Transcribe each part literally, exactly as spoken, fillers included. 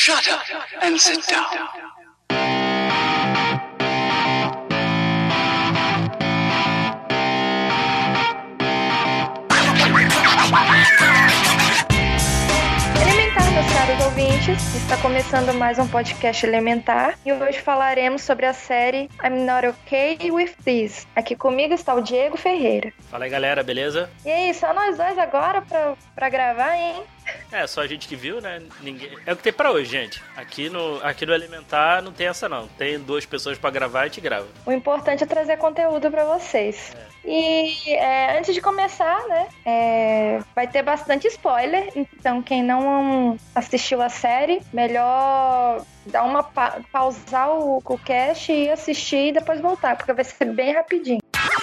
Shut up and sit down. Elementar, meus caros ouvintes, está começando mais um podcast Elementar e hoje falaremos sobre a série I'm Not Okay With This. Aqui comigo está o Diego Ferreira. Fala aí, galera, beleza? E aí, só nós dois agora pra, pra gravar, hein? É, só a gente que viu, né? Ninguém... É o que tem pra hoje, gente. Aqui no, aqui no Elementar não tem essa, não. Tem duas pessoas pra gravar e a gente grava. O importante é trazer conteúdo pra vocês. É. E é, antes de começar, né, é, vai ter bastante spoiler, então quem não assistiu a série, melhor dar uma pa- pausar o, o cast e assistir e depois voltar, porque vai ser bem rapidinho.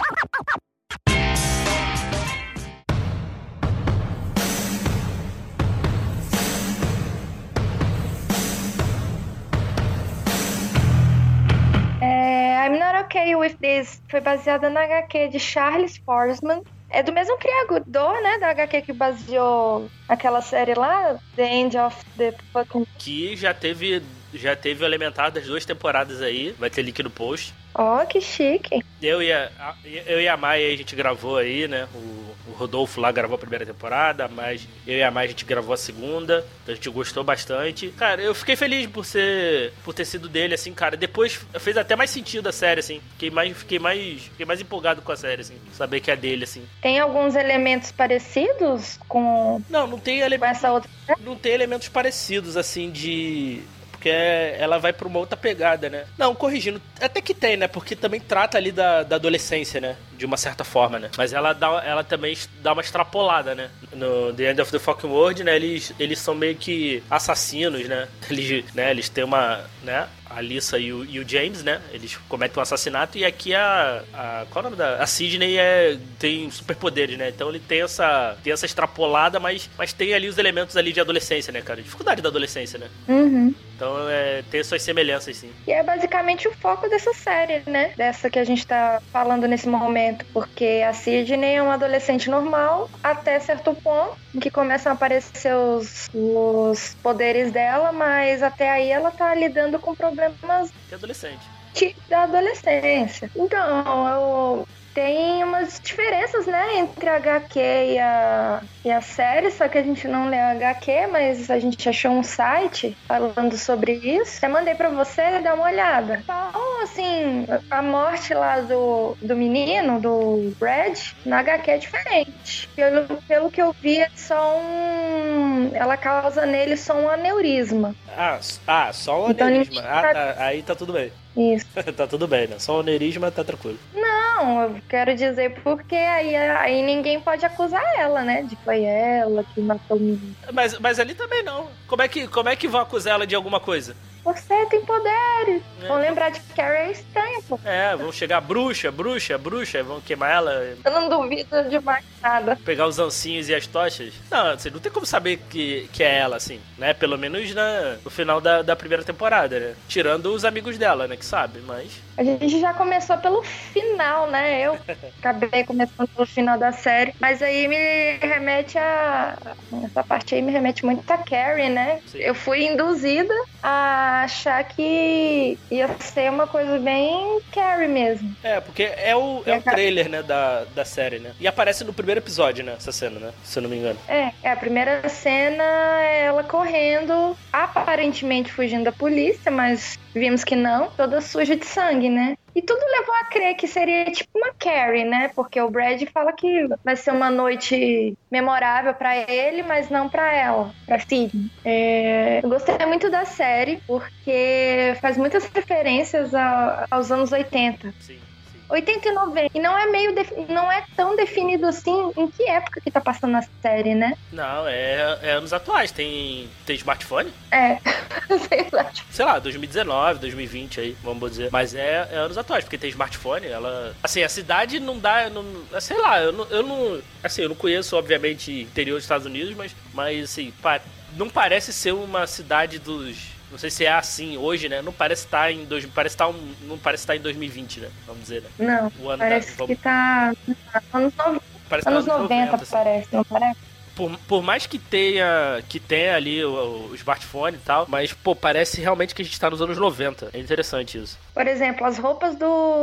É, I'm Not Okay With This foi baseada na agá quê de Charles Forsman. É do mesmo criador, né, da agá quê que baseou aquela série lá, The End of the Fucking... Que já teve, já teve o Elementar das duas temporadas aí. Vai ter link no post. Oh, que chique. Eu e a, a- eu e a Mai, a gente gravou aí, né? O, o Rodolfo lá gravou a primeira temporada, mas eu e a Mai a gente gravou a segunda. Então a gente gostou bastante. Cara, eu fiquei feliz por ser, por ter sido dele, assim, cara. Depois fez até mais sentido a série, assim. Fiquei mais, fiquei mais, fiquei mais empolgado com a série, assim. Saber que é dele, assim. Tem alguns elementos parecidos com, Não, não tem com elementos, essa outra... não tem elementos parecidos, assim, de... Porque ela vai pra uma outra pegada, né? Não, corrigindo, até que tem, né? Porque também trata ali da, da adolescência, né? De uma certa forma, né? Mas ela, dá, ela também dá uma extrapolada, né? No The End of the Fucking World, né? Eles, eles são meio que assassinos, né? Eles, né? Eles têm uma... né? A Alyssa e o, e o James, né? Eles cometem um assassinato e aqui a... a qual é o nome da... A Sidney é, tem superpoderes, né? Então ele tem essa, tem essa extrapolada, mas, mas tem ali os elementos ali de adolescência, né, cara? Dificuldade da adolescência, né? Uhum. Então é, tem suas semelhanças, sim. E é basicamente o foco dessa série, né? Dessa que a gente tá falando nesse momento. Porque a Sidney é uma adolescente normal até certo ponto, em que começam a aparecer os, os poderes dela, mas até aí ela tá lidando com problemas Que adolescente. da adolescência. Então, eu... tem umas diferenças, né, entre a agá quê e a, e a série, só que a gente não lê a agá quê, mas a gente achou um site falando sobre isso. Eu mandei pra você dar uma olhada. Então, assim, a morte lá do, do menino, do Brad, na agá quê é diferente. Pelo, pelo que eu vi, é só um... ela causa nele só um aneurisma. Ah, s- ah só o Então, aneurisma. ninguém Ah, sabe- tá, aí tá tudo bem. Isso. Tá tudo bem, né? Só o aneurisma tá tranquilo. Não, eu quero dizer porque aí, aí ninguém pode acusar ela, né? De que foi ela que matou o menino. Mas, mas ali também não. Como é, que, como é que vão acusar ela de alguma coisa? Você tem poderes. É. Vão lembrar de que Carrie é estranha, pô. É, vão chegar bruxa, bruxa, bruxa, vão queimar ela, Eu não duvido de mais nada. pegar os ancinhos e as tochas. Não, assim, não tem como saber que, que é ela, assim, né? Pelo menos na, no final da, da primeira temporada, né? Tirando os amigos dela, né? Que sabe, mas... A gente já começou pelo final, né? Eu acabei começando pelo final da série. Mas aí me remete a... Essa parte aí me remete muito a Carrie, né? Sim. Eu fui induzida a achar que ia ser uma coisa bem Carrie mesmo. É, porque é o, é o trailer, né, da, da série, né? E aparece no primeiro episódio, né? Essa cena, né? Se eu não me engano. É, é, a primeira cena é ela correndo, aparentemente fugindo da polícia, mas vimos que não, toda suja de sangue, né? E tudo levou a crer que seria tipo uma Carrie, né? Porque o Brad fala que vai ser uma noite memorável pra ele, mas não pra ela, pra Sidney. É, eu gostei muito da série porque faz muitas referências a- aos anos oitenta. Sim, sim. oitenta e noventa. E não é meio defi- não é tão definido assim em que época que tá passando a série, né? Não, é, é anos atuais. Tem, tem smartphone? É, sei lá. Sei lá, dois mil e dezenove, dois mil e vinte aí, vamos dizer. Mas é, é anos atuais, porque tem smartphone, ela... Assim, a cidade não dá... Não, sei lá, eu não, eu não... Assim, eu não conheço, obviamente, interior dos Estados Unidos, mas, mas assim, pa- não parece ser uma cidade dos... Não sei se é assim hoje, né? Não parece estar em dois, parece estar um, não parece estar em dois mil e vinte, né? Vamos dizer, né? Não, O ano parece da, vamos, que tá anos, no... parece anos tá noventa, assim. parece, não parece? por, por mais que tenha, que tenha ali o, o smartphone e tal, mas, pô, parece realmente que a gente tá nos anos noventa. É interessante isso. Por exemplo, as roupas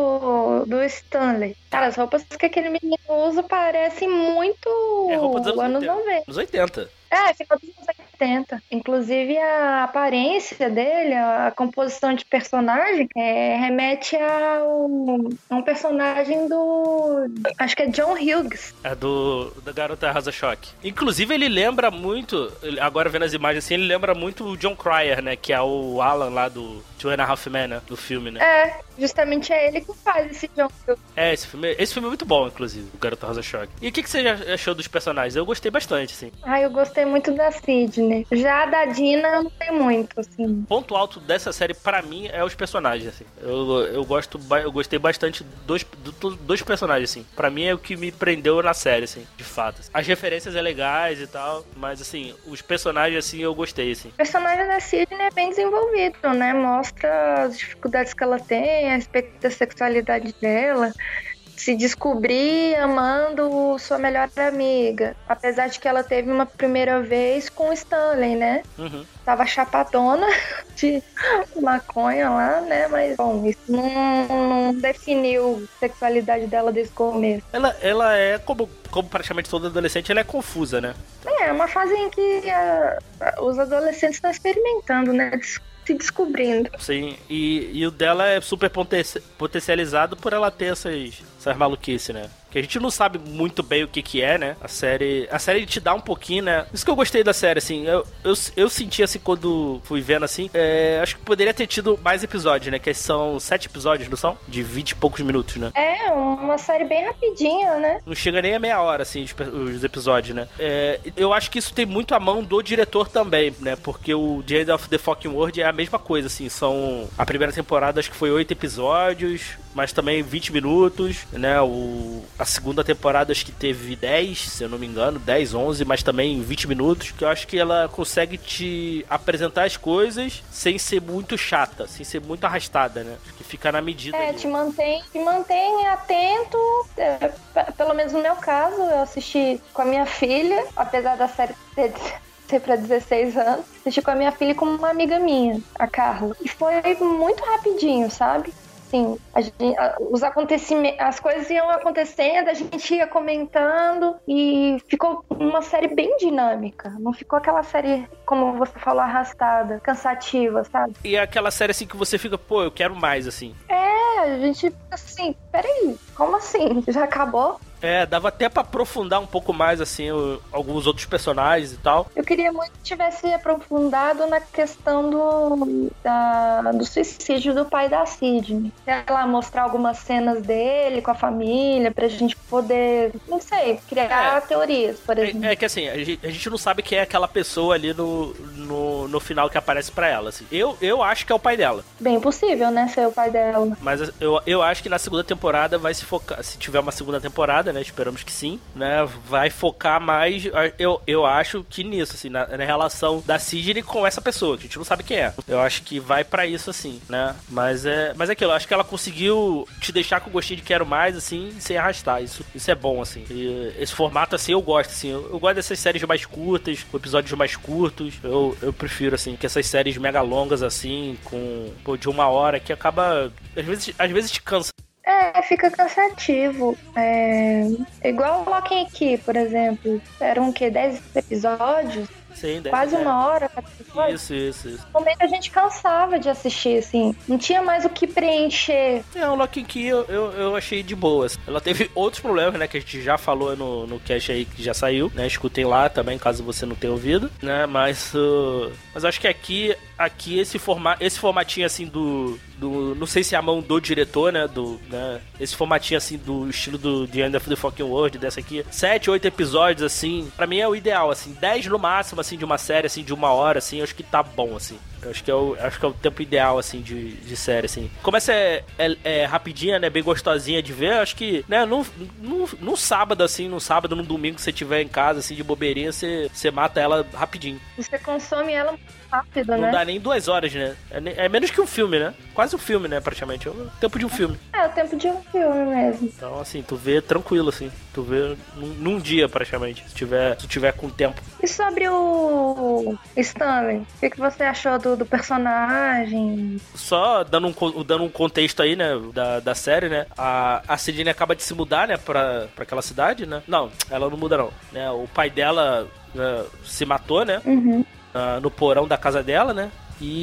do, do Stanley. Cara, as roupas que aquele menino usa parecem muito é roupa dos anos, anos noventa. Anos oitenta. É, final dos anos oitenta. Inclusive, a aparência dele, a composição de personagem, é, remete ao, a um personagem do... Acho que é John Hughes. É do da Garota Arrasa Choque. Inclusive, ele lembra muito, agora vendo as imagens assim, ele lembra muito o John Cryer, né? Que é o Alan lá do Two and a Half Men, né? Do filme, né? É, justamente é ele que faz esse John Hughes. É, esse filme, esse filme é muito bom, inclusive, o Garota Arrasa Choque. E o que, que você achou dos personagens? Eu gostei bastante, assim. Ah, eu gostei muito da Sidney. Já a da Dina não tem muito, assim. O ponto alto dessa série, pra mim, é os personagens, assim. Eu, eu, gosto, eu gostei bastante dos, do, dos personagens, assim. Pra mim é o que me prendeu na série, assim, de fato. As referências é legais e tal, mas, assim, os personagens, assim, eu gostei, assim. O personagem da Sidney é bem desenvolvido, né? Mostra as dificuldades que ela tem a respeito da sexualidade dela. Se descobrir amando sua melhor amiga. Apesar de que ela teve uma primeira vez com o Stanley, né? Uhum. Tava chapadona de maconha lá, né? Mas, bom, isso não, não definiu a sexualidade dela desde o começo. Ela, ela é, como, como praticamente toda adolescente, ela é confusa, né? É, uma fase em que a, a, os adolescentes estão experimentando, né? Se descobrindo. Sim, e, e o dela é super potencializado por ela ter essas, essas maluquices, né? Que a gente não sabe muito bem o que que é, né? A série... A série te dá um pouquinho, né? Isso que eu gostei da série, assim. Eu, eu, eu senti, assim, quando fui vendo, assim... É, acho que poderia ter tido mais episódios, né? Que são sete episódios, não são? De vinte e poucos minutos, né? É, uma série bem rapidinha, né? Não chega nem a meia hora, assim, os, os episódios, né? É, eu acho que isso tem muito a mão do diretor também, né? Porque o The End of the Fucking World é a mesma coisa, assim. São... A primeira temporada, acho que foi oito episódios, mas também vinte minutos, né? O... A segunda temporada acho que teve dez, se eu não me engano, dez, onze, mas também vinte minutos, que eu acho que ela consegue te apresentar as coisas sem ser muito chata, sem ser muito arrastada, né? Acho que fica na medida. É, ali. te mantém, te mantém atento, é, p- pelo menos no meu caso, eu assisti com a minha filha, apesar da série ter ser pra dezesseis anos, assisti com a minha filha e com uma amiga minha, a Carla, e foi muito rapidinho, sabe? Sim, a gente, a, os acontecimentos, as coisas iam acontecendo, a gente ia comentando e ficou uma série bem dinâmica. Não ficou aquela série, como você falou, arrastada, cansativa, sabe? E é aquela série assim que você fica, pô, eu quero mais, assim. É, a gente fica assim, peraí, como assim? Já acabou? É, dava até pra aprofundar um pouco mais, assim, o, alguns outros personagens e tal. Eu queria muito que tivesse aprofundado na questão do, da, do suicídio do pai da Sidney. Sei lá, mostrar algumas cenas dele com a família, pra gente poder, não sei, criar É. teorias, por exemplo. É, é que assim, a gente, a gente não sabe quem é aquela pessoa ali no, no, no final que aparece pra ela, assim. Eu, eu acho que é o pai dela. Bem possível, né, ser o pai dela. Mas eu, eu acho que na segunda temporada vai se focar, se tiver uma segunda temporada, né, esperamos que sim, né, vai focar mais, eu, eu acho que nisso, assim, na, na relação da Sidney com essa pessoa, que a gente não sabe quem é. Eu acho que vai pra isso, assim, né, mas é, mas é aquilo, eu acho que ela conseguiu te deixar com gostinho de quero mais, assim, sem arrastar, isso, isso é bom, assim. E esse formato, assim, eu gosto, assim, eu, eu gosto dessas séries mais curtas, com episódios mais curtos, eu, eu prefiro, assim, que essas séries mega longas, assim, com, pô, de uma hora, que acaba, às vezes, às vezes te cansa. É, fica cansativo. É igual o Lock and Key, por exemplo. Eram o quê? dez episódios? Sim, deve, Quase é. uma hora cada episódio. Isso, isso, isso. No momento a gente cansava de assistir, assim. Não tinha mais o que preencher. É, o Lock and Key eu, eu, eu achei de boas. Ela teve outros problemas, né, que a gente já falou no, no cast aí que já saiu, né, escutem lá também, caso você não tenha ouvido, né, mas uh, mas acho que aqui, aqui esse, forma, esse formatinho, assim, do, do, não sei se é a mão do diretor, né, do, né, esse formatinho, assim, do estilo do The End of the Fucking World, dessa aqui, sete, oito episódios, assim, pra mim é o ideal, assim, dez no máximo, assim, de uma série, assim, de uma hora, assim, eu acho que tá bom, assim. Eu acho que é o, acho que é o tempo ideal, assim, de, de série, assim. Começa é, é, é rapidinha, né? Bem gostosinha de ver. Acho que, né, num, num, num sábado, assim, num sábado, num domingo, que você tiver em casa, assim, de bobeirinha, você, você mata ela rapidinho. Você consome ela rápido, Não né? dá nem duas horas, né? É, é menos que um filme, né? Quase um filme, né, praticamente. É o tempo de um filme. É, o tempo de um filme mesmo. Então, assim, tu vê tranquilo, assim. Tu vê num, num dia, praticamente. Se tiver, se tiver com tempo. E sobre o Stanley? O que, que você achou do, do personagem? Só dando um, dando um contexto aí, né, da, da série, né? A, a Sidney acaba de se mudar, né, pra, pra aquela cidade, né? Não, ela não muda, não. Né? O pai dela né, se matou, né? Uhum. Uh, no porão da casa dela, né?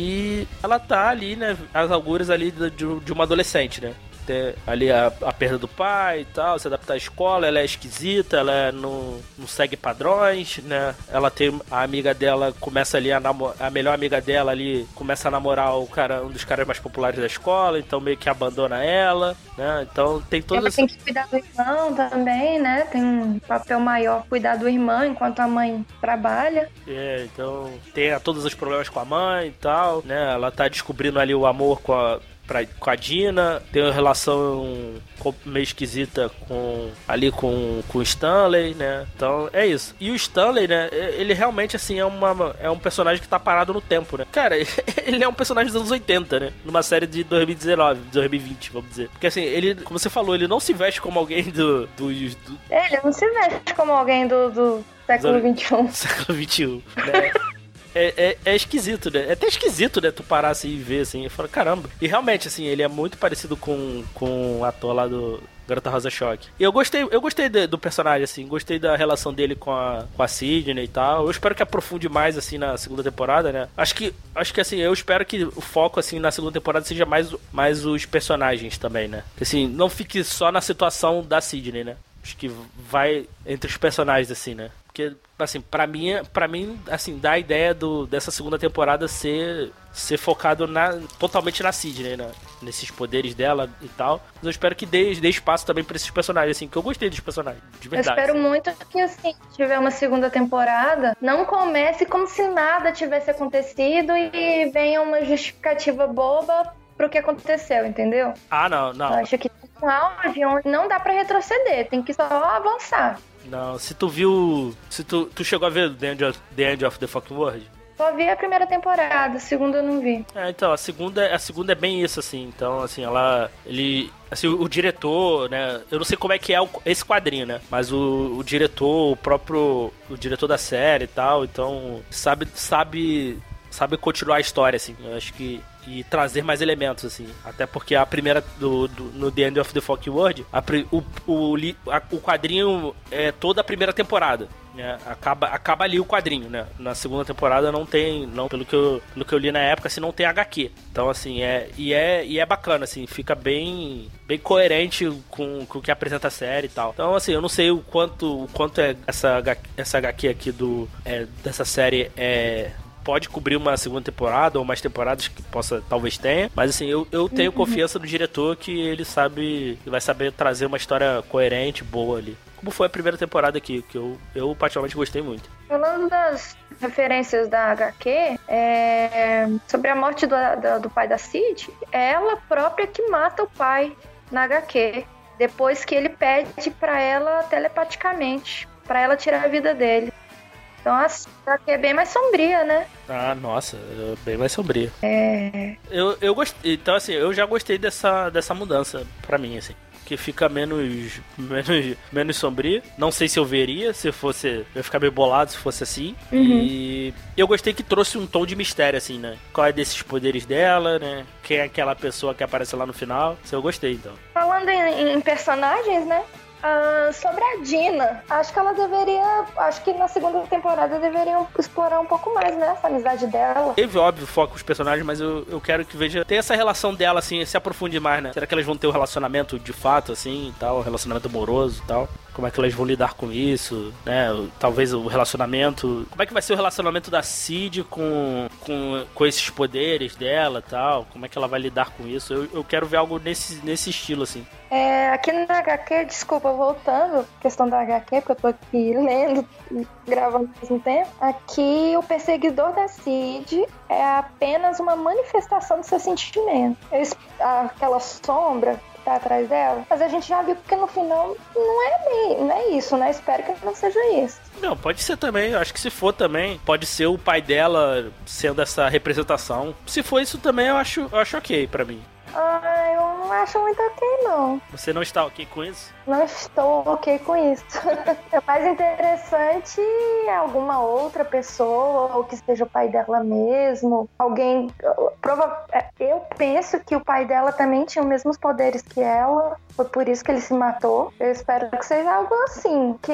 E ela tá ali, né? As auguras ali de, de uma adolescente, né? Tem ali a, a perda do pai e tal, se adaptar à escola, ela é esquisita, ela é, não, não segue padrões, né? Ela tem a amiga dela, começa ali a namorar, a melhor amiga dela ali começa a namorar o cara, um dos caras mais populares da escola, então meio que abandona ela, né? Então tem toda ela essa... tem que cuidar do irmão também, né? Tem um papel maior cuidar do irmão enquanto a mãe trabalha. É, então tem todos os problemas com a mãe e tal, né? Ela tá descobrindo ali o amor com a Pra, com a Dina, tem uma relação meio esquisita com, ali com, com o Stanley, né? Então é isso. E o Stanley, né? Ele realmente, assim, é, uma, é um personagem que tá parado no tempo, né? Cara, ele é um personagem dos anos oitenta, né? Numa série de dois mil e dezenove, dois mil e vinte, vamos dizer. Porque assim, ele, como você falou, ele não se veste como alguém do. do, do... Ele não se veste como alguém do, do século vinte e um. século vinte e um, né? É, é, é esquisito, né? É até esquisito, né? Tu parar assim e ver, assim. Eu falo, caramba. E realmente, assim, ele é muito parecido com, com o ator lá do Garota Rosa Choque. E eu gostei, eu gostei de, do personagem, assim. Gostei da relação dele com a, com a Sidney e tal. Eu espero que aprofunde mais, assim, na segunda temporada, né? Acho que, acho que assim, eu espero que o foco, assim, na segunda temporada seja mais, mais os personagens também, né? Que, assim, não fique só na situação da Sidney, né? Acho que vai entre os personagens, assim, né? Porque, assim, pra mim, pra mim assim, dá a ideia do, dessa segunda temporada ser, ser focado na, totalmente na Sidney, né? Nesses poderes dela e tal. Mas eu espero que dê, dê espaço também pra esses personagens, assim, que eu gostei dos personagens, de verdade. Eu espero assim. muito que, assim, se tiver uma segunda temporada, não comece como se nada tivesse acontecido e venha uma justificativa boba pro que aconteceu, entendeu? Ah, não, não. Eu acho que um auge onde não dá pra retroceder, tem que só avançar. Não, se tu viu... Se tu, tu chegou a ver The End of the, End of the Fucking World? Só vi a primeira temporada, a segunda eu não vi. É, então, a segunda, a segunda é bem isso, assim. Então, assim, ela... Ele... Assim, o, o diretor, né? Eu não sei como é que é o, esse quadrinho, né? Mas o, o diretor, o próprio... O diretor da série e tal, então... Sabe... Sabe... Sabe continuar a história, assim. Eu acho que... E trazer mais elementos, assim. Até porque a primeira, do, do, no The End of the Fucking World, a, o, o, a, o quadrinho é toda a primeira temporada. Né? Acaba, acaba ali o quadrinho, né? Na segunda temporada não tem, não, pelo que eu, pelo que eu li na época, assim, não tem agá quê. Então, assim, é, e, é, e é bacana, assim, fica bem, bem coerente com, com o que apresenta a série e tal. Então, assim, eu não sei o quanto, o quanto é essa, essa agá quê aqui do, é, dessa série é... pode cobrir uma segunda temporada ou mais temporadas que possa, talvez tenha, mas assim, eu, eu tenho uhum. confiança no diretor que ele sabe, ele vai saber trazer uma história coerente, boa ali. Como foi a primeira temporada aqui, que eu, eu particularmente gostei muito. Falando das referências da agá quê, é... sobre a morte do, do, do pai da Sid, é ela própria que mata o pai na agá quê, depois que ele pede pra ela telepaticamente, pra ela tirar a vida dele. Então a agá quê é bem mais sombria, né? Ah, nossa, bem mais sombria. É... Eu, eu gostei, então assim, eu já gostei dessa, dessa mudança pra mim, assim. Que fica menos, menos, menos sombrio. Não sei se eu veria, se fosse... Eu ia ficar meio bolado se fosse assim. Uhum. E eu gostei que trouxe um tom de mistério, assim, né? Qual é desses poderes dela, né? Quem é aquela pessoa que aparece lá no final. Isso eu gostei, então. Falando em, em personagens, né? Uh, sobre a Dina, acho que ela deveria, acho que na segunda temporada deveriam explorar um pouco mais, né, essa amizade dela. Teve, óbvio, foco nos personagens, mas eu, eu quero que veja, ter essa relação dela, assim, se aprofunde mais, né? Será que elas vão ter um relacionamento de fato, assim, e tal, um relacionamento amoroso e tal? como é que elas vão lidar com isso, né? Talvez o relacionamento... Como é que vai ser o relacionamento da Cid com, com, com esses poderes dela e tal? Como é que ela vai lidar com isso? Eu, eu quero ver algo nesse, nesse estilo, assim. É, aqui na H Q, desculpa, voltando, questão da H Q, porque eu tô aqui lendo e gravando ao mesmo tempo. Aqui, o perseguidor da Cid é apenas uma manifestação do seu sentimento. Aquela sombra que tá atrás dela, mas a gente já viu que no final não é, bem, não é isso, né? Espero que não seja isso. Não, pode ser também. Eu acho que se for também, pode ser o pai dela sendo essa representação. Se for isso também, eu acho, eu acho ok pra mim. Ah, eu não acho muito ok, não. Você não está ok com isso? Não estou ok com isso. É mais interessante alguma outra pessoa, ou que seja o pai dela mesmo. Alguém... Prova... Eu penso que o pai dela também tinha os mesmos poderes que ela. Foi por isso que ele se matou. Eu espero que seja algo assim. Que...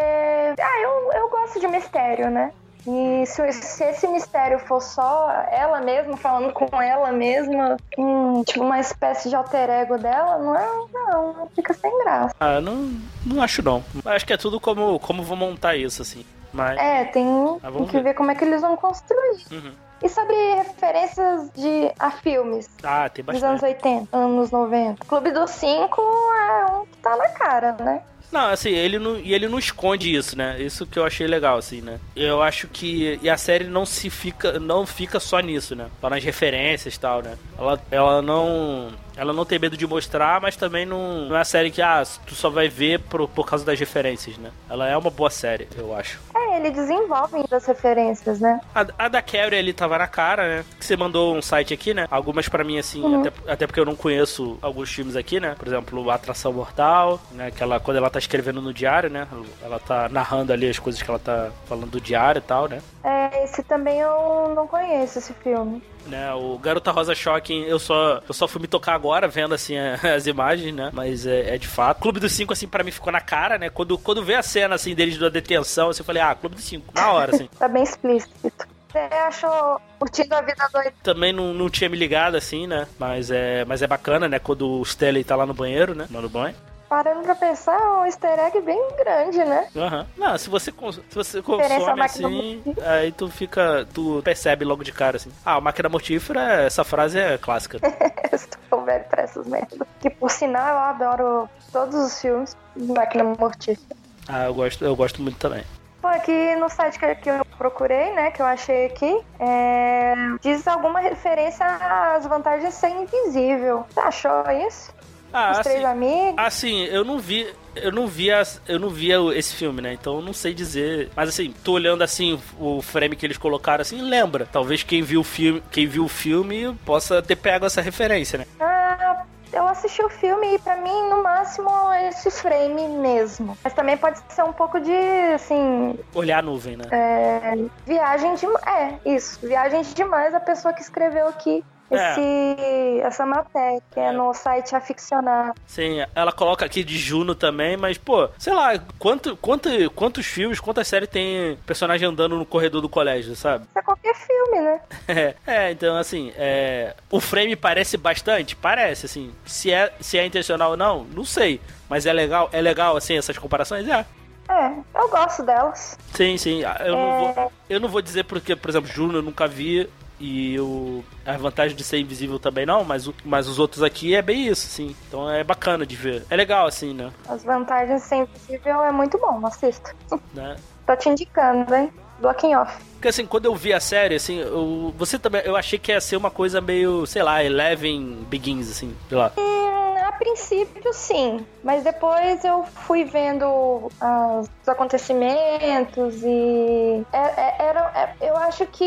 Ah, eu, eu gosto de mistério, né? E se, se esse mistério for só ela mesma, falando com ela mesma, hum, tipo uma espécie de alter ego dela, não é, não, não fica sem graça. Ah, não, não acho não. Acho que é tudo como, como vou montar isso, assim. Mas... É, tem, ah, tem que ver. ver como é que eles vão construir. Uhum. E sobre referências de, a filmes? Ah, tem bastante. Dos anos oitenta, anos noventa. Clube dos Cinco é um que tá na cara, né? Não, assim, ele não, e ele não esconde isso, né? Isso que eu achei legal, assim, né? Eu acho que... E a série não se fica... Não fica só nisso, né? Só nas referências e tal, né? Ela, ela não... Ela não tem medo de mostrar, mas também não, não é a série que, ah, tu só vai ver por, por causa das referências, né? Ela é uma boa série, eu acho. É, ele desenvolve das referências, né? A, a da Carrie ali tava na cara, né? Que você mandou um site aqui, né? Algumas pra mim, assim, uhum. até, até porque eu não conheço alguns filmes aqui, né? Por exemplo, Atração Mortal, né? Que ela, quando ela tá escrevendo no diário, né? Ela tá narrando ali as coisas que ela tá falando do diário e tal, né? É, esse também eu não conheço, esse filme. Né, o Garota Rosa Shocking, eu só, eu só fui me tocar agora vendo assim as imagens, né? Mas é, é de fato. Clube dos Cinco, assim, pra mim ficou na cara, né? Quando, quando vê a cena assim deles da detenção, assim, eu falei, ah, Clube dos Cinco, na hora, assim. Tá bem explícito. Você achou curtindo a vida doida? Também não, não tinha me ligado assim, né? Mas é, mas é bacana, né? Quando o Stanley tá lá no banheiro, né? No banho. Parando pra pensar, é um easter egg bem grande, né? Aham. Uhum. Não, se você, se você consome assim, aí tu fica... Tu percebe logo de cara, assim. Ah, a máquina mortífera, essa frase é clássica. Eu estou velho pra essas merdas. Que, por sinal, eu adoro todos os filmes de máquina mortífera. Ah, eu gosto, eu gosto muito também. Bom, aqui no site que eu procurei, né, que eu achei aqui, é... diz alguma referência às vantagens de ser invisível. Você achou isso? Ah, Os assim, Três Amigos? Assim, eu não vi, eu não vi, as, eu não vi esse filme, né? Então eu não sei dizer. Mas assim, tô olhando assim o frame que eles colocaram, assim, lembra? Talvez quem viu o filme, quem viu o filme possa ter pego essa referência, né? Ah, eu assisti o filme e pra mim, no máximo, esse frame mesmo. Mas também pode ser um pouco de, assim... Olhar a nuvem, né? É, viagem de... É, isso. Viagem demais a pessoa que escreveu aqui. Esse, é. Essa matéria, que é, é no site Aficionado. Sim, ela coloca aqui de Juno também, mas, pô, sei lá, quanto, quanto, quantos filmes, quantas séries tem personagem andando no corredor do colégio, sabe? Isso é qualquer filme, né? É, é então, assim, é, o frame parece bastante? Parece, assim. Se é, se é intencional ou não, não sei. Mas é legal, é legal, assim, essas comparações? É. É, eu gosto delas. Sim, sim. Eu, é... não, vou, eu não vou dizer porque, por exemplo, Juno eu nunca vi. E o, a vantagem de ser invisível também não, mas, o, mas os outros aqui é bem isso, sim. Então é bacana de ver. É legal, assim, né? As vantagens de ser invisível é muito bom, assista. Né? Tô te indicando, hein? Blocking off. Porque assim, quando eu vi a série, assim, eu, você também, eu achei que ia ser uma coisa meio, sei lá, Eleven Begins, assim, sei lá. Hum, a princípio, sim. Mas depois eu fui vendo uh, os acontecimentos e... É, é, era, é, eu acho que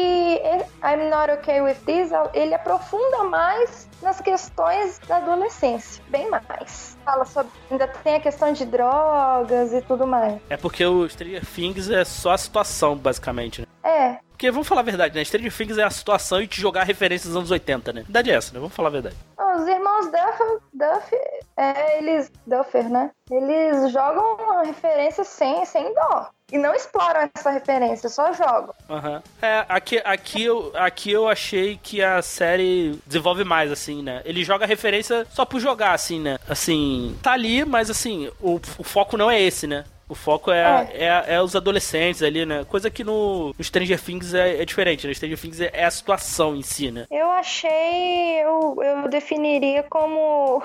I'm Not Okay With This, ele aprofunda mais nas questões da adolescência. Bem mais. Fala sobre... Ainda tem a questão de drogas e tudo mais. É porque o Stranger Things é só a situação, basicamente, né? É. Porque, vamos falar a verdade, né? Stranger Things é a situação e te jogar referências dos anos oitenta, né? A verdade é essa, né? Vamos falar a verdade. Os irmãos Duffer, Duff, é, eles... Duffer, né? Eles jogam uma referência sem, sem dó. E não exploram essa referência, só jogam. Uhum. É, aqui, aqui, eu, aqui eu achei que a série desenvolve mais, assim, né? Ele joga referência só por jogar, assim, né? Assim, tá ali, mas assim, o, o foco não é esse, né? O foco é, é. É, é os adolescentes ali, né? Coisa que no, no Stranger Things é, é diferente, né? Stranger Things é, é a situação em si, né? Eu achei... Eu, eu definiria como...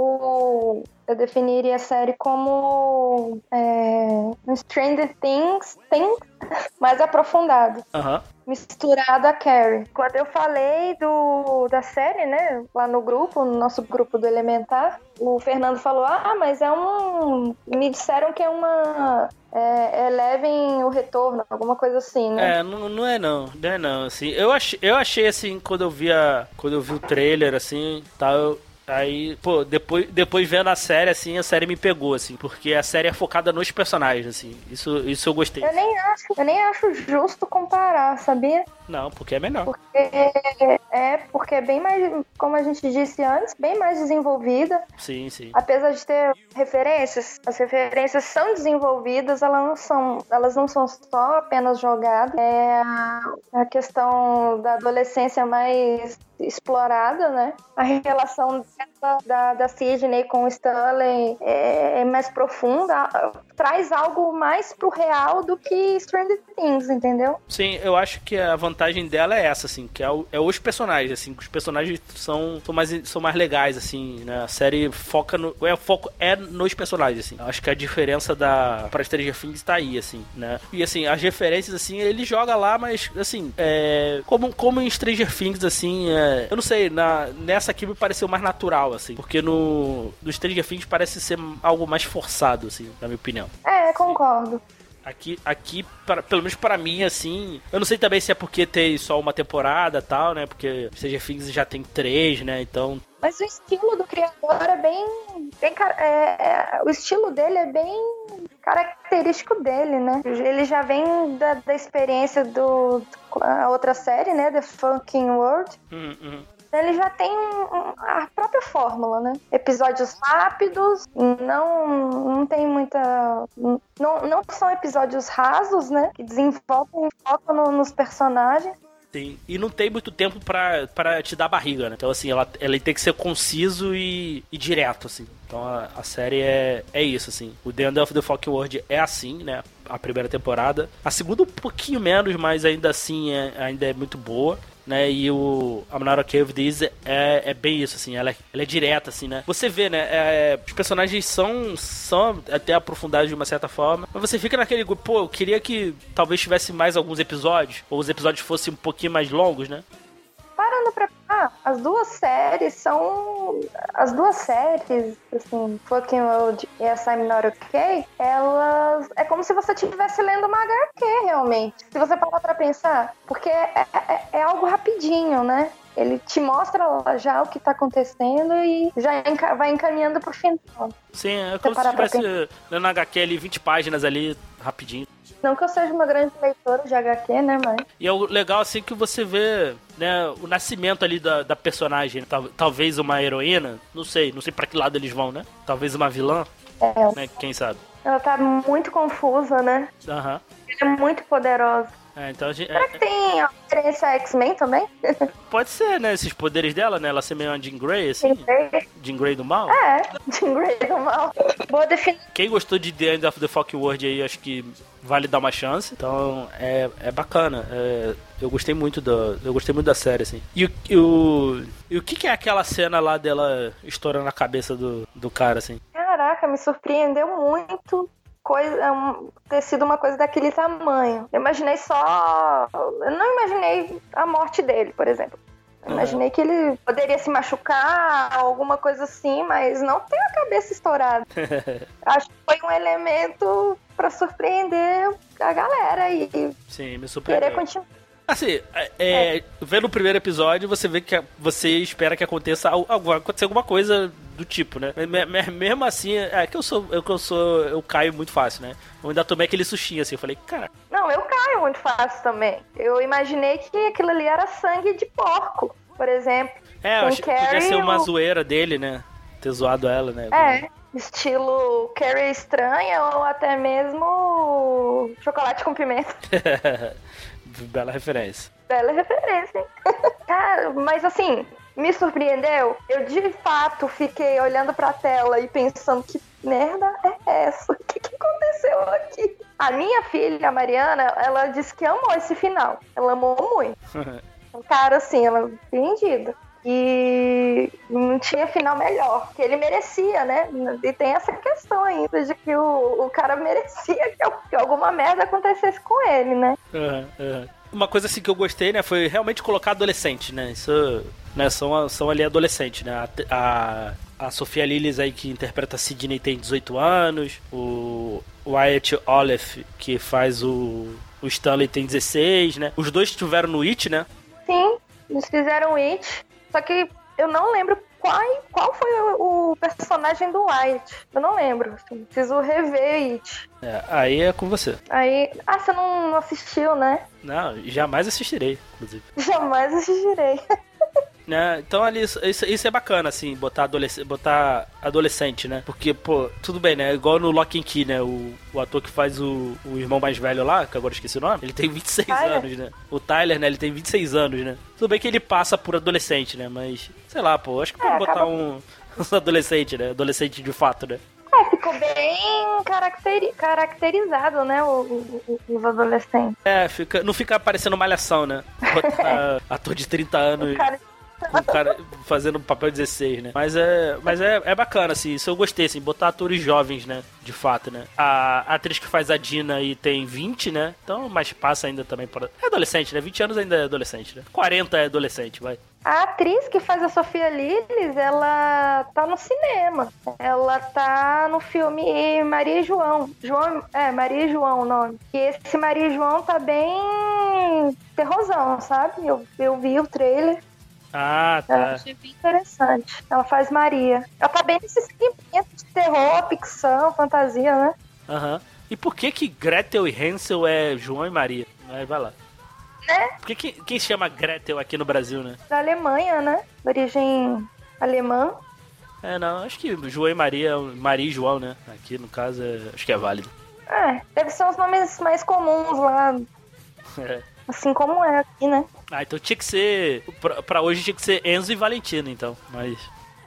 O, eu definiria a série como é, um Stranger Things, Things mais aprofundado. Aham. Uhum. Misturado a Carrie. Quando eu falei do, da série, né, lá no grupo, no nosso grupo do Elementar, o Fernando falou, ah, mas é um... Me disseram que é uma... É, Eleven o retorno, alguma coisa assim, né? É, não, não é não, não é não, assim, eu achei, eu achei assim, quando eu vi a, quando eu vi o trailer, assim, tal, eu... Aí, pô, depois, depois vendo a série, assim, a série me pegou, assim, porque a série é focada nos personagens, assim, isso, isso eu gostei. Eu nem acho, eu nem acho justo comparar, sabia? Não, porque é melhor. Porque é, porque é bem mais, como a gente disse antes, bem mais desenvolvida. Sim, sim. Apesar de ter referências, as referências são desenvolvidas, elas não são, elas não são só apenas jogadas. É a, a questão da adolescência mais explorada, né? A relação da, da, da Sidney com o Stanley é, é mais profunda, traz algo mais pro real do que Stranger Things, entendeu? Sim, eu acho que a vantagem dela é essa, assim, que é, o, é os personagens, assim, os personagens são, são, mais, são mais legais, assim, né? A série foca no... É, o foco é nos personagens, assim. Eu acho que a diferença da pra Stranger Things tá aí, assim, né? E, assim, as referências, assim, ele joga lá, mas, assim, é... Como, como em Stranger Things, assim, é, eu não sei, na, nessa aqui me pareceu mais natural, assim, porque no, no Stranger Things parece ser algo mais forçado, assim, na minha opinião. É, concordo. Aqui, aqui pra, pelo menos pra mim, assim... Eu não sei também se é porque tem só uma temporada e tal, né? Porque Stranger Things já tem três, né? Então... Mas o estilo do criador é bem... bem é, é, o estilo dele é bem característico dele, né? Ele já vem da, da experiência do... a outra série, né? The Fucking World. Uhum, uhum. Ele já tem a própria fórmula, né? Episódios rápidos, não, não tem muita... Não, não são episódios rasos, né? Que desenvolvem foco no, nos personagens. Sim. E não tem muito tempo pra, pra te dar barriga, né? Então, assim, ela, ela tem que ser conciso e, e direto, assim. Então, a, a série é, é isso, assim. O The End of the Fucking World é assim, né? A primeira temporada. A segunda um pouquinho menos, mas ainda assim é, ainda é muito boa. Né, e o I'm Not Okay With This é, é bem isso, assim, ela é, ela é direta, assim, né, você vê, né, é, os personagens são, são até aprofundados de uma certa forma, mas você fica naquele, pô, eu queria que talvez tivesse mais alguns episódios, ou os episódios fossem um pouquinho mais longos, né. Parando pra... Ah, as duas séries são... As duas séries, assim, Fucking World e essa I'm Not Okay, elas... É como se você estivesse lendo uma H Q, realmente. Se você parar pra pensar. Porque é, é, é algo rapidinho, né? Ele te mostra lá já o que tá acontecendo e já enca- vai encaminhando pro final. Sim, é como se estivesse lendo H Q ali, vinte páginas ali, rapidinho. Não que eu seja uma grande leitora de H Q, né, mas... E é o legal, assim, que você vê, né, o nascimento ali da, da personagem. Tal, talvez uma heroína, não sei, não sei pra que lado eles vão, né? Talvez uma vilã, é. Né? Quem sabe? Ela tá muito confusa, né? Aham. Ela é muito poderosa. É, então a gente, Será é, que tem a referência a X-Men também? pode ser, né? Esses poderes dela, né? Ela ser meio uma Jean Grey, assim. Jean Grey do mal. É, Jean Grey do mal. Boa definição. Quem gostou de The End of the Fucking World aí, acho que vale dar uma chance. Então, é, é bacana. É, eu gostei muito da, eu gostei muito da série, assim. E o, e o, e o que, que é aquela cena lá dela estourando a cabeça do, do cara, assim? Caraca, me surpreendeu muito. Coisa, um, ter sido uma coisa daquele tamanho. Eu imaginei só... Eu não imaginei a morte dele, por exemplo. Eu imaginei que ele poderia se machucar, alguma coisa assim, mas não ter a cabeça estourada. Acho que foi um elemento pra surpreender a galera e Sim, me surpreendeu. querer continuar. Assim, é, é. vendo o primeiro episódio, você vê que você espera que aconteça algo, acontecer alguma coisa do tipo, né? Mesmo assim, é que eu sou, eu, eu sou, eu caio muito fácil, né? Eu ainda tomei aquele sustinho assim, eu falei, cara. Não, eu caio muito fácil também. Eu imaginei que aquilo ali era sangue de porco, por exemplo. É, eu acho que podia ser uma zoeira dele, né? Ter zoado ela, né? É, estilo Carrie estranha ou até mesmo chocolate com pimenta. Bela referência. Bela referência, hein? Cara, mas assim, me surpreendeu. Eu de fato fiquei olhando pra tela e pensando que merda é essa? O que, que aconteceu? aconteceu aqui? A minha filha, a Mariana, ela disse que amou esse final. Ela amou muito. Cara, assim, ela surpreendida. E não tinha final melhor, que ele merecia, né? E tem essa questão ainda de que o, o cara merecia que, que alguma merda acontecesse com ele, né? Uhum, uhum. Uma coisa assim que eu gostei, né, foi realmente colocar adolescente, né? Isso, né, são, são ali adolescentes, né? A, a, a Sofia Lillis aí que interpreta a Sidney tem dezoito anos, o Wyatt Olive que faz o, o Stanley tem dezesseis, né? Os dois estiveram no It, né? Sim, eles fizeram It. Só que eu não lembro qual, qual foi o, o personagem do Wyatt. Eu não lembro. Assim, preciso rever It. É, aí é com você. Aí. Ah, você não, não assistiu, né? Não, jamais assistirei, inclusive. Jamais assistirei. Né? Então ali, isso, isso é bacana, assim, botar, adolesc- botar adolescente, né? Porque, pô, tudo bem, né? Igual no Lock and Key, né? O, o ator que faz o, o irmão mais velho lá, que agora eu esqueci o nome, ele tem vinte e seis Tyler. anos, né? O Tyler, né? Ele tem vinte e seis anos, né? Tudo bem que ele passa por adolescente, né? Mas, sei lá, pô, acho que pode É, botar acaba... um, um adolescente, né? Adolescente de fato, né? É, ficou bem caracteri... caracterizado, né? O, o, os adolescentes. É, fica, não fica parecendo malhação, né? Botar ator de trinta anos. O cara... Um cara fazendo papel dezesseis, né? Mas é, mas é, é bacana, assim, isso eu gostei, assim, botar atores jovens, né? De fato, né? A, a atriz que faz a Dina aí tem vinte, né? Então, mas passa ainda também por... É adolescente, né? vinte anos ainda é adolescente, né? quarenta é adolescente, vai. A atriz que faz a Sofia Lillis, ela tá no cinema. Ela tá no filme Maria e João. João é, Maria e João o nome. E esse Maria e João tá bem terrorzão, sabe? Eu, eu vi o trailer. Ah, tá. Eu achei bem interessante. Ela faz Maria. Ela tá bem nesse segmento de terror, ficção, fantasia, né? Aham. Uhum. E por que que Gretel e Hansel é João e Maria? Aí vai lá. Né? Por que, que quem se chama Gretel aqui no Brasil, né? Da Alemanha, né? De origem alemã. É, não, acho que João e Maria, Maria e João, né? Aqui, no caso, é, acho que é válido. É, deve ser os nomes mais comuns lá. É. Assim como é aqui, né? Ah, então tinha que ser... Pra, pra hoje tinha que ser Enzo e Valentina, então. Mas...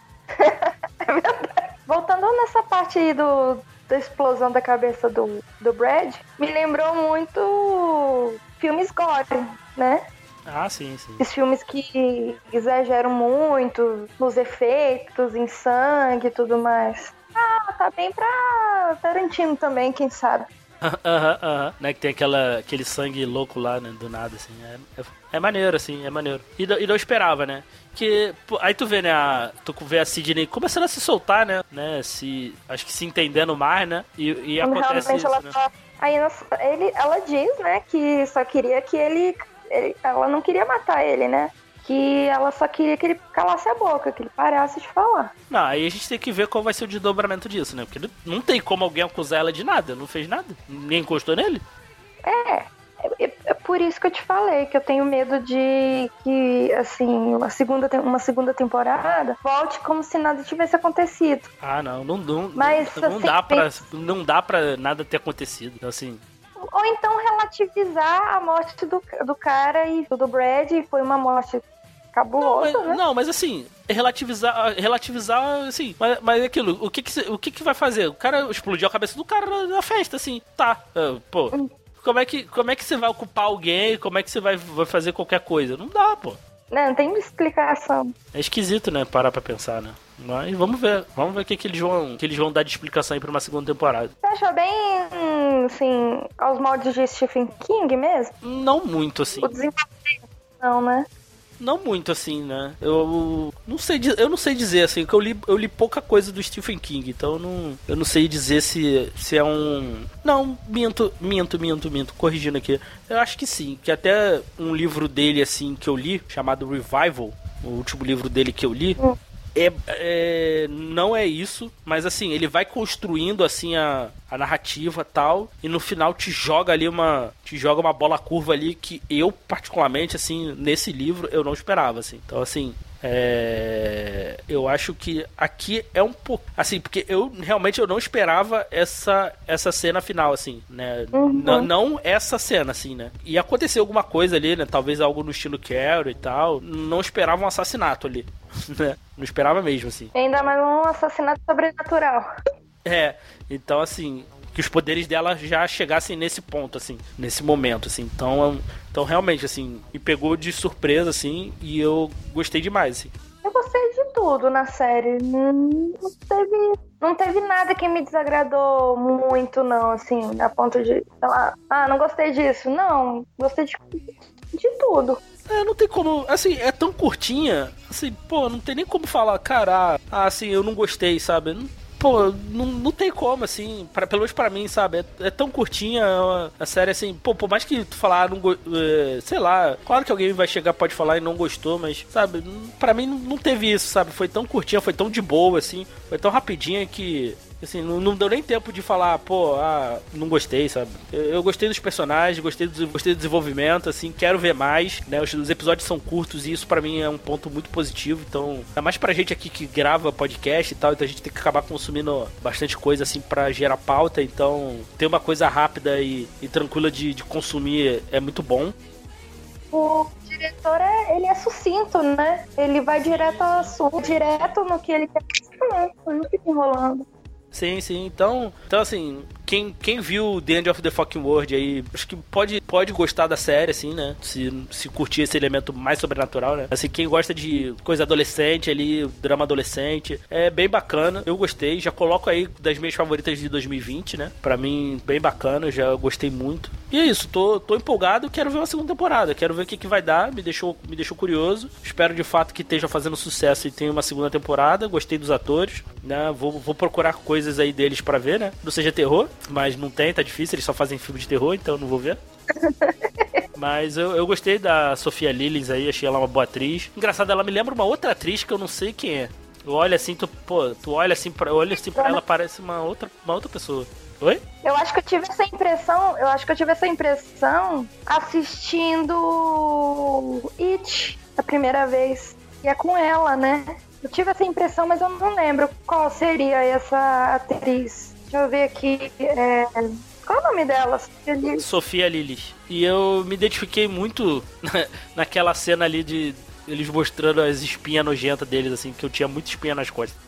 É verdade. Voltando nessa parte aí do, da explosão da cabeça do, do Brad, me lembrou muito filmes gore, né? Ah, sim, sim. Esses filmes que exageram muito nos efeitos, em sangue e tudo mais. Ah, tá bem pra Tarantino também, quem sabe. Aham, aham. Né, que tem aquela, aquele sangue louco lá, né, do nada, assim. É, é, é maneiro, assim, é maneiro. E, e não esperava, né? Que, pô, aí tu vê, né, a, tu vê a Sidney começando a se soltar, né? né se, acho que se entendendo mais, né? E, e acontece isso, ela né? só, aí ele, ela diz, né, que só queria que ele, ele... Ela não queria matar ele, né? Que ela só queria que ele calasse a boca, que ele parasse de falar. Não, aí a gente tem que ver qual vai ser o desdobramento disso, né? Porque não tem como alguém acusar ela de nada, não fez nada, nem encostou nele. É, é, é por isso que eu te falei, que eu tenho medo de que, assim, uma segunda, uma segunda temporada volte como se nada tivesse acontecido. Ah, não, não, não, Mas, não, não assim, dá pra, não dá pra nada ter acontecido, então, assim... Ou então relativizar a morte do, do cara e do Brad, foi uma morte... cabuloso, não, mas, né? não, mas assim, relativizar, relativizar, assim, mas, mas é aquilo, o que que, o que que vai fazer? O cara explodiu a cabeça do cara na, na festa, assim, tá, uh, pô, hum. como é, que, como é que você vai ocupar alguém, como é que você vai, vai fazer qualquer coisa? Não dá, pô. Não, não tem explicação. É esquisito, né, parar pra pensar, né? Mas vamos ver, vamos ver o que, que, eles vão, que eles vão dar de explicação aí pra uma segunda temporada. Você achou bem, assim, aos moldes de Stephen King mesmo? Não muito, assim. O desenvolvimento, não, né? Não muito, assim, né? Eu não sei, eu não sei dizer, assim, porque eu li, eu li pouca coisa do Stephen King, então eu não, eu não sei dizer se, se é um... Não, minto, minto, minto, minto, corrigindo aqui. Eu acho que sim, que até um livro dele, assim, que eu li, chamado Revival, o último livro dele que eu li, hum. É, é, não é isso, mas assim, ele vai construindo assim a, a narrativa e tal, e no final te joga ali uma te joga uma bola curva ali que eu particularmente, assim, nesse livro eu não esperava, assim. Então assim, é, eu acho que aqui é um pouco assim, porque eu realmente eu não esperava essa, essa cena final, assim, né? Uhum. N- não essa cena, assim, né? E aconteceu alguma coisa ali, né? Talvez algo no estilo Carol e tal. Não esperava um assassinato ali, né? Não esperava mesmo, assim. Ainda mais um assassinato sobrenatural. É, então assim, que os poderes dela já chegassem nesse ponto, assim, nesse momento, assim. Então, então realmente, assim, me pegou de surpresa, assim, e eu gostei demais, assim. Eu gostei de tudo na série. Não teve, não teve nada que me desagradou muito, não, assim, a ponto de falar, ah, não gostei disso. Não, gostei de, de tudo. É, não tem como, assim, é tão curtinha, assim, pô, não tem nem como falar, cara, ah, assim, eu não gostei, sabe? Não, pô, não, não tem como, assim, pra, pelo menos pra mim, sabe? É, é tão curtinha a, a série, assim, pô, por mais que tu falar, não, é, sei lá, claro que alguém vai chegar, pode falar e não gostou, mas, sabe, pra mim não, não teve isso, sabe? Foi tão curtinha, foi tão de boa, assim, foi tão rapidinha que... Assim, não, não deu nem tempo de falar, pô, ah, não gostei, sabe? Eu, eu gostei dos personagens, gostei do, gostei do desenvolvimento, assim, quero ver mais, né? Os, os episódios são curtos e isso pra mim é um ponto muito positivo, então, é mais pra gente aqui que grava podcast e tal, então a gente tem que acabar consumindo bastante coisa, assim, pra gerar pauta, então ter uma coisa rápida e, e tranquila de, de consumir é muito bom. O diretor, é, ele é sucinto, né? Ele vai direto ao assunto, direto no que ele quer falar, não fica enrolando. Sim, sim. Então, então assim, quem, quem viu The End of the Fucking World aí, acho que pode, pode gostar da série, assim, né? Se, se curtir esse elemento mais sobrenatural, né? Assim, quem gosta de coisa adolescente ali, drama adolescente, é bem bacana. Eu gostei, já coloco aí das minhas favoritas de dois mil e vinte, né? Pra mim, bem bacana, já gostei muito. E é isso, tô, tô empolgado, quero ver uma segunda temporada, quero ver o que, que vai dar, me deixou, me deixou curioso. Espero de fato que esteja fazendo sucesso e tenha uma segunda temporada. Gostei dos atores, né? Vou, vou procurar coisas aí deles pra ver, né? Não seja terror, mas não tem, tá difícil, eles só fazem filme de terror, então não vou ver. Mas eu, eu gostei da Sofia Lillis aí, achei ela uma boa atriz. Engraçado, ela me lembra uma outra atriz que eu não sei quem é. Eu olho assim, tu, pô, tu olha assim pra, olha assim pra ela, parece uma outra, uma outra pessoa. Oi? Eu acho que eu tive essa impressão, eu acho que eu tive essa impressão assistindo It a primeira vez. E é com ela, né? Eu tive essa impressão, mas eu não lembro qual seria essa atriz. Deixa eu ver aqui. É... Qual é o nome dela? Sofia Lillis. E eu me identifiquei muito naquela cena ali de eles mostrando as espinhas nojentas deles, assim, que eu tinha muita espinha nas costas.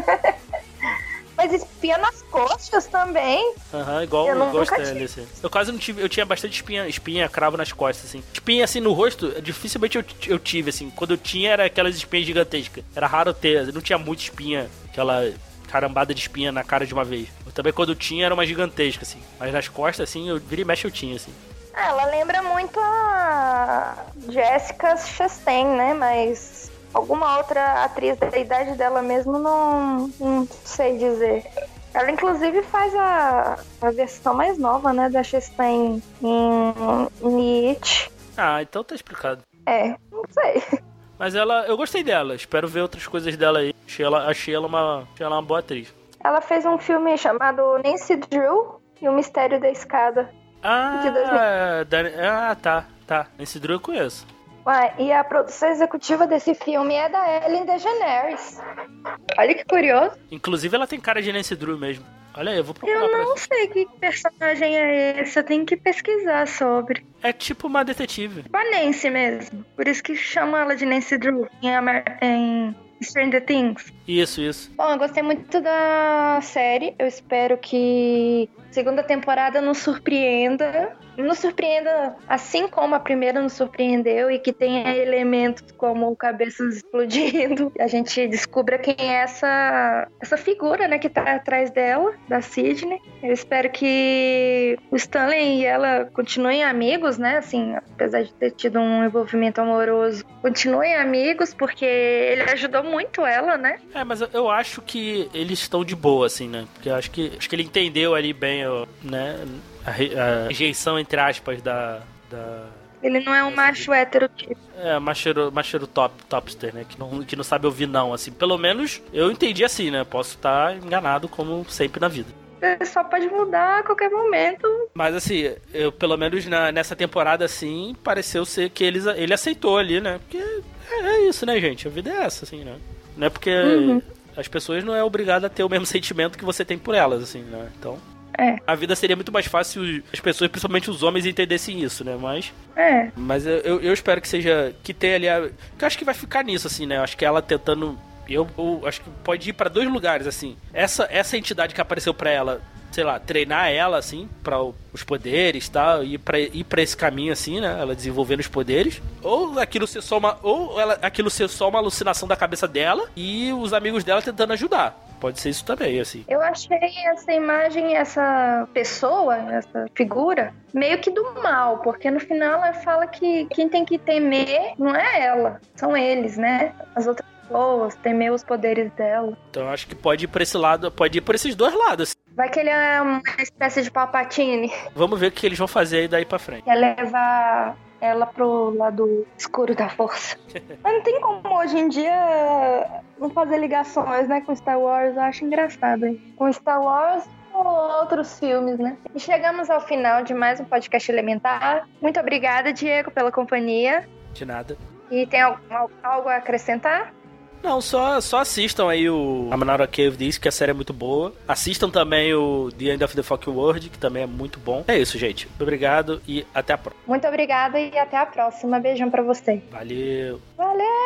Mas espinha nas costas também. Aham, uhum, igual eu gosto dele, assim. Eu quase não tive, eu tinha bastante espinha, espinha cravo nas costas, assim. Espinha assim no rosto, dificilmente eu, eu tive, assim. Quando eu tinha era aquelas espinhas gigantescas. Era raro ter, não tinha muita espinha, aquela carambada de espinha na cara de uma vez. Eu também quando eu tinha era uma gigantesca, assim. Mas nas costas, assim, eu vira e mexe eu tinha, assim. Ela lembra muito a Jessica Chastain, né? Mas alguma outra atriz da idade dela mesmo, não, não sei dizer. Ela, inclusive, faz a, a versão mais nova, né, da Chastain em, em It. Ah, então tá explicado. É, não sei. Mas ela, eu gostei dela. Espero ver outras coisas dela aí. Achei ela, achei ela, uma, achei ela uma boa atriz. Ela fez um filme chamado Nancy Drew e o Mistério da Escada. Ah, da, ah tá, tá. Nancy Drew eu conheço. Ué, e a produção executiva desse filme é da Ellen DeGeneres. Olha que curioso. Inclusive ela tem cara de Nancy Drew mesmo. Olha aí, eu vou procurar. Eu não pra... sei que personagem é esse, eu tenho que pesquisar sobre. É tipo uma detetive. A Nancy mesmo, por isso que chamam ela de Nancy Drew em, Amer... em Stranger Things. Isso, isso. Bom, eu gostei muito da série, eu espero que a segunda temporada nos surpreenda. Nos surpreenda assim como a primeira nos surpreendeu e que tenha elementos como cabeças explodindo. A gente descubra quem é essa, essa figura, né, que tá atrás dela, da Sidney. Eu espero que o Stanley e ela continuem amigos, né, assim, apesar de ter tido um envolvimento amoroso, continuem amigos, porque ele ajudou muito ela, né? É, mas eu acho que eles estão de boa, assim, né? Porque eu acho que, acho que ele entendeu ali bem, né, a, a rejeição, entre aspas, da... da... Ele não é um macho hétero tipo. É, macheiro, macheiro top, topster, né? Que não, que não sabe ouvir não, assim. Pelo menos eu entendi assim, né? Posso estar enganado como sempre na vida. Só pode mudar a qualquer momento. Mas assim, eu pelo menos na, nessa temporada, assim, pareceu ser que eles, ele aceitou ali, né? Porque é, é isso, né, gente? A vida é essa, assim, né? Não é porque uhum. as pessoas não é obrigada a ter o mesmo sentimento que você tem por elas, assim, né? Então... É. A vida seria muito mais fácil se as pessoas, principalmente os homens, entendessem isso, né? Mas. É. Mas eu, eu espero que seja. Que tenha ali. A, que eu acho que vai ficar nisso, assim, né? Eu acho que ela tentando. Eu, eu acho que pode ir pra dois lugares, assim. Essa, essa entidade que apareceu pra ela sei lá, treinar ela, assim, pra os poderes e tal, ir pra, ir pra esse caminho, assim, né? Ela desenvolvendo os poderes. Ou aquilo ser só uma, ou ela, aquilo ser só uma alucinação da cabeça dela e os amigos dela tentando ajudar. Pode ser isso também, assim. Eu achei essa imagem, essa pessoa, essa figura, meio que do mal, porque no final ela fala que quem tem que temer não é ela, são eles, né? As outras pessoas, temer os poderes dela. Então eu acho que pode ir por esse lado, pode ir por esses dois lados. Assim. Vai que ele é uma espécie de Palpatine. Vamos ver o que eles vão fazer aí daí pra frente. Quer levar ela pro lado escuro da força. Mas não tem como hoje em dia não fazer ligações, né, com Star Wars. Eu acho engraçado, hein? Com Star Wars ou outros filmes, né? E chegamos ao final de mais um podcast Elementar. Muito obrigada, Diego, pela companhia. De nada. E tem algo, algo a acrescentar? Não, só, só assistam aí o I'm Not Okay With This, que a série é muito boa. Assistam também o The End of the Fucking World, que também é muito bom. É isso, gente. Obrigado e até a próxima. Muito obrigada e até a próxima. Beijão pra você. Valeu. Valeu!